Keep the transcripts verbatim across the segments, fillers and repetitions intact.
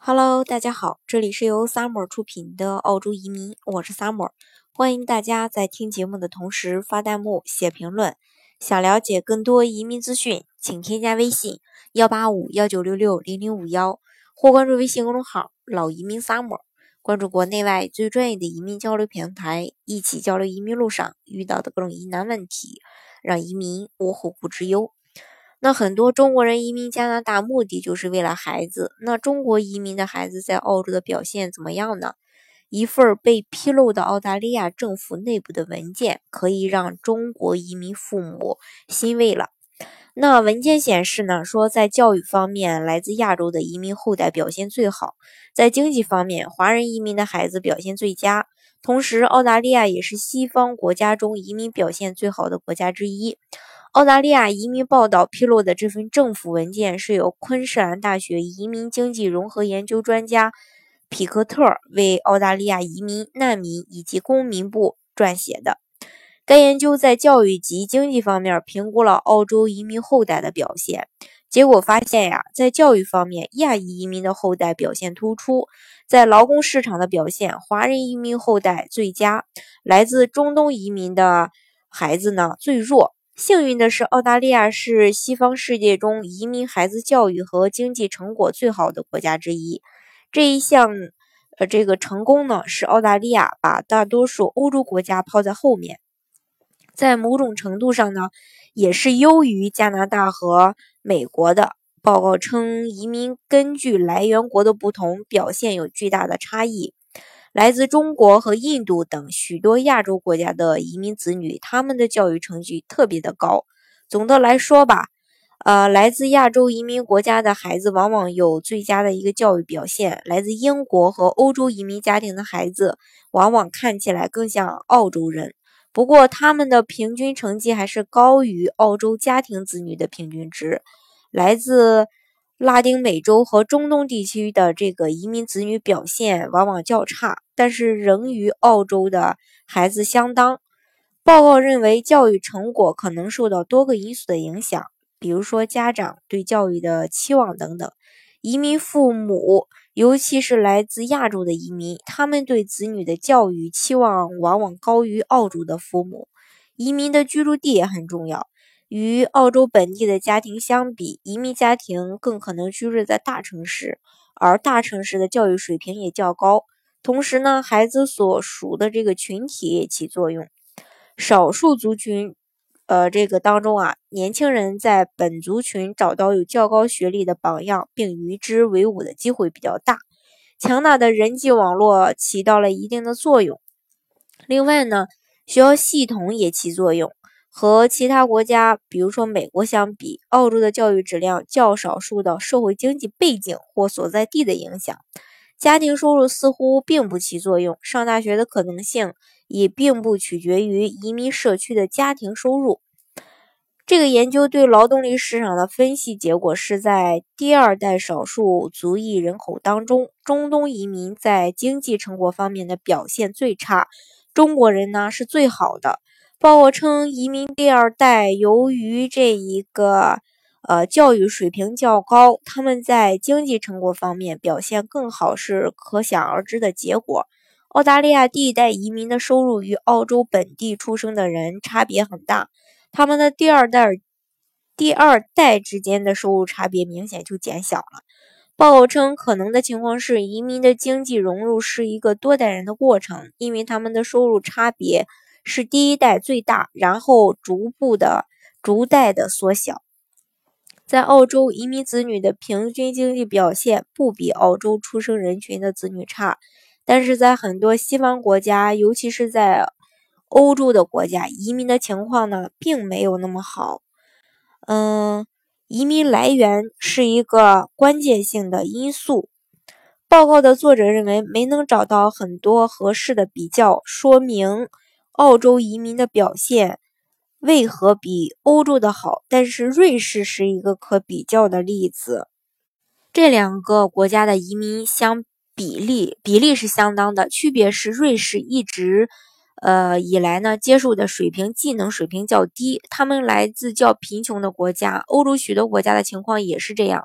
Hello，大家好，这里是由 Summer 出品的澳洲移民，我是 Summer，欢迎大家在听节目的同时发弹幕、写评论。想了解更多移民资讯，请添加微信幺八五幺九六六零零五幺或关注微信公众号老移民 Summer， 关注国内外最专业的移民交流平台，一起交流移民路上遇到的各种疑难问题，让移民无后顾之忧。那很多中国人移民加拿大目的就是为了孩子，那中国移民的孩子在澳洲的表现怎么样呢？一份被披露的澳大利亚政府内部的文件可以让中国移民父母欣慰了。那文件显示呢，说在教育方面，来自亚洲的移民后代表现最好；在经济方面，华人移民的孩子表现最佳。同时，澳大利亚也是西方国家中移民表现最好的国家之一。澳大利亚移民报道披露的这份政府文件是由昆士兰大学移民经济融合研究专家皮克特为澳大利亚移民、难民以及公民部撰写的。该研究在教育及经济方面评估了澳洲移民后代的表现，结果发现呀，在教育方面，亚裔移民的后代表现突出；在劳工市场的表现，华人移民后代最佳，来自中东移民的孩子呢最弱。幸运的是，澳大利亚是西方世界中移民孩子教育和经济成果最好的国家之一。这一项呃这个成功呢，使澳大利亚把大多数欧洲国家抛在后面。在某种程度上呢，也是优于加拿大和美国的。报告称，移民根据来源国的不同，表现有巨大的差异。来自中国和印度等许多亚洲国家的移民子女，他们的教育成绩特别的高。总的来说吧，呃，来自亚洲移民国家的孩子往往有最佳的一个教育表现。来自英国和欧洲移民家庭的孩子，往往看起来更像澳洲人。不过，他们的平均成绩还是高于澳洲家庭子女的平均值。来自拉丁美洲和中东地区的这个移民子女表现往往较差，但是仍与澳洲的孩子相当。报告认为，教育成果可能受到多个因素的影响，比如说家长对教育的期望等等。移民父母，尤其是来自亚洲的移民，他们对子女的教育期望往往高于澳洲的父母。移民的居住地也很重要。与澳洲本地的家庭相比，移民家庭更可能居住在大城市，而大城市的教育水平也较高。同时呢，孩子所属的这个群体也起作用。少数族群，呃，这个当中啊，年轻人在本族群找到有较高学历的榜样，并与之为伍的机会比较大。强大的人际网络起到了一定的作用。另外呢，学校系统也起作用。和其他国家，比如说美国相比，澳洲的教育质量较少受到社会经济背景或所在地的影响。家庭收入似乎并不起作用，上大学的可能性也并不取决于移民社区的家庭收入。这个研究对劳动力市场的分析结果是在第二代少数族裔人口当中，中东移民在经济成果方面的表现最差，中国人呢是最好的。报告称，移民第二代由于这一个呃教育水平较高，他们在经济成果方面表现更好是可想而知的结果。澳大利亚第一代移民的收入与澳洲本地出生的人差别很大，他们的第二代第二代之间的收入差别明显就减小了。报告称，可能的情况是，移民的经济融入是一个多代人的过程，因为他们的收入差别是第一代最大，然后逐步的逐代的缩小。在澳洲，移民子女的平均经济表现不比澳洲出生人群的子女差，但是在很多西方国家，尤其是在欧洲的国家，移民的情况呢并没有那么好。嗯，移民来源是一个关键性的因素。报告的作者认为，没能找到很多合适的比较，说明澳洲移民的表现为何比欧洲的好，但是瑞士是一个可比较的例子。这两个国家的移民相比例比例是相当的，区别是瑞士一直呃以来呢接受的水平技能水平较低，他们来自较贫穷的国家，欧洲许多国家的情况也是这样。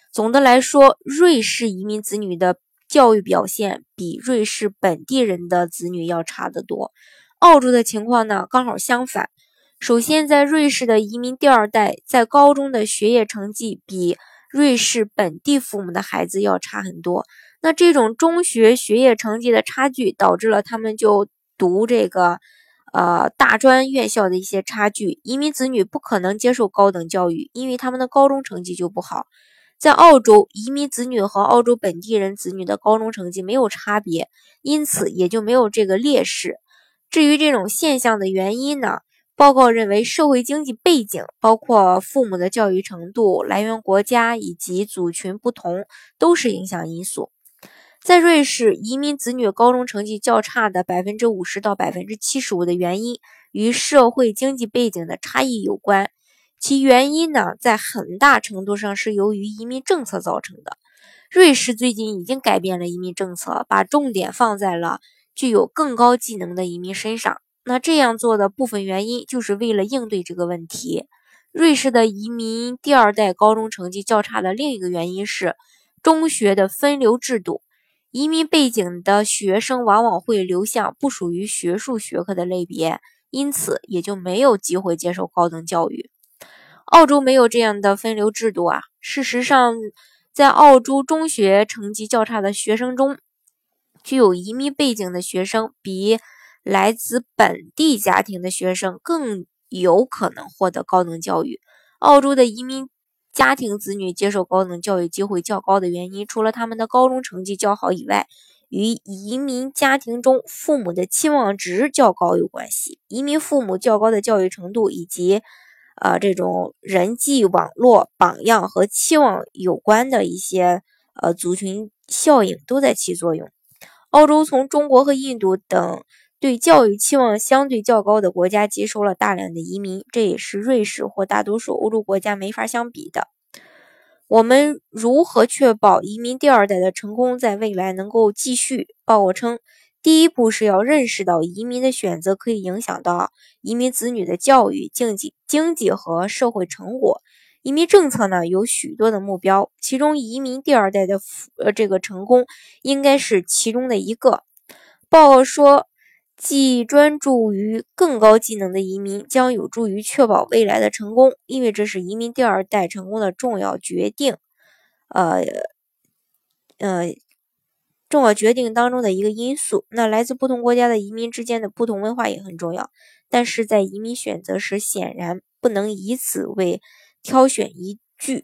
总的来说，瑞士移民子女的教育表现比瑞士本地人的子女要差得多。澳洲的情况呢，刚好相反。首先，在瑞士的移民第二代在高中的学业成绩比瑞士本地父母的孩子要差很多。那这种中学学业成绩的差距，导致了他们就读这个呃大专院校的一些差距。移民子女不可能接受高等教育，因为他们的高中成绩就不好。在澳洲，移民子女和澳洲本地人子女的高中成绩没有差别，因此也就没有这个劣势。至于这种现象的原因呢，报告认为社会经济背景，包括父母的教育程度、来源国家以及族群不同，都是影响因素。在瑞士，移民子女高中成绩较差的 百分之五十 到 百分之七十五 的原因与社会经济背景的差异有关。其原因呢，在很大程度上是由于移民政策造成的。瑞士最近已经改变了移民政策，把重点放在了具有更高技能的移民身上。那这样做的部分原因就是为了应对这个问题。瑞士的移民第二代高中成绩较差的另一个原因是中学的分流制度。移民背景的学生往往会流向不属于学术学科的类别，因此也就没有机会接受高等教育。澳洲没有这样的分流制度啊。事实上，在澳洲中学成绩较差的学生中，具有移民背景的学生比来自本地家庭的学生更有可能获得高等教育。澳洲的移民家庭子女接受高等教育机会较高的原因，除了他们的高中成绩较好以外，与移民家庭中父母的期望值较高有关系。移民父母较高的教育程度以及呃，这种人际网络榜样和期望有关的一些呃族群效应都在起作用。澳洲从中国和印度等对教育期望相对较高的国家接收了大量的移民，这也是瑞士或大多数欧洲国家没法相比的。我们如何确保移民第二代的成功在未来能够继续？报告称，第一步是要认识到移民的选择可以影响到移民子女的教育、经济、经济和社会成果。移民政策呢有许多的目标，其中移民第二代的呃这个成功应该是其中的一个。报告说，既专注于更高技能的移民将有助于确保未来的成功，因为这是移民第二代成功的重要决定。呃呃。重要决定当中的一个因素。那来自不同国家的移民之间的不同文化也很重要，但是在移民选择时显然不能以此为挑选依据。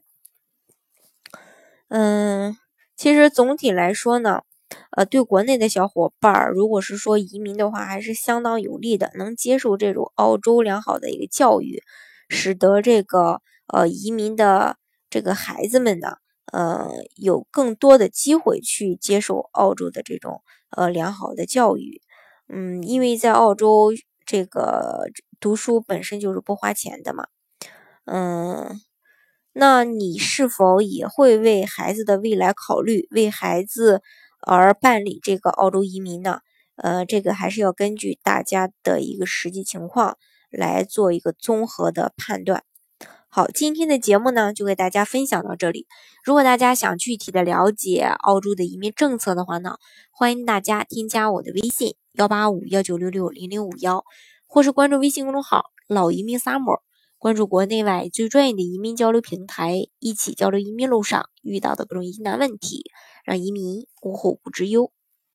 嗯，其实总体来说呢，呃，对国内的小伙伴儿，如果是说移民的话，还是相当有利的，能接受这种澳洲良好的一个教育，使得这个呃移民的这个孩子们呢。呃，有更多的机会去接受澳洲的这种呃良好的教育，嗯，因为在澳洲这个读书本身就是不花钱的嘛，嗯，那你是否也会为孩子的未来考虑，为孩子而办理这个澳洲移民呢？呃，这个还是要根据大家的一个实际情况来做一个综合的判断。好，今天的节目呢就给大家分享到这里。如果大家想具体的了解澳洲的移民政策的话呢，欢迎大家添加我的微信幺八五幺九六六零零五幺，或是关注微信公众号老移民 Summer， 关注国内外最专业的移民交流平台，一起交流移民路上遇到的各种疑难问题，让移民无后顾之忧。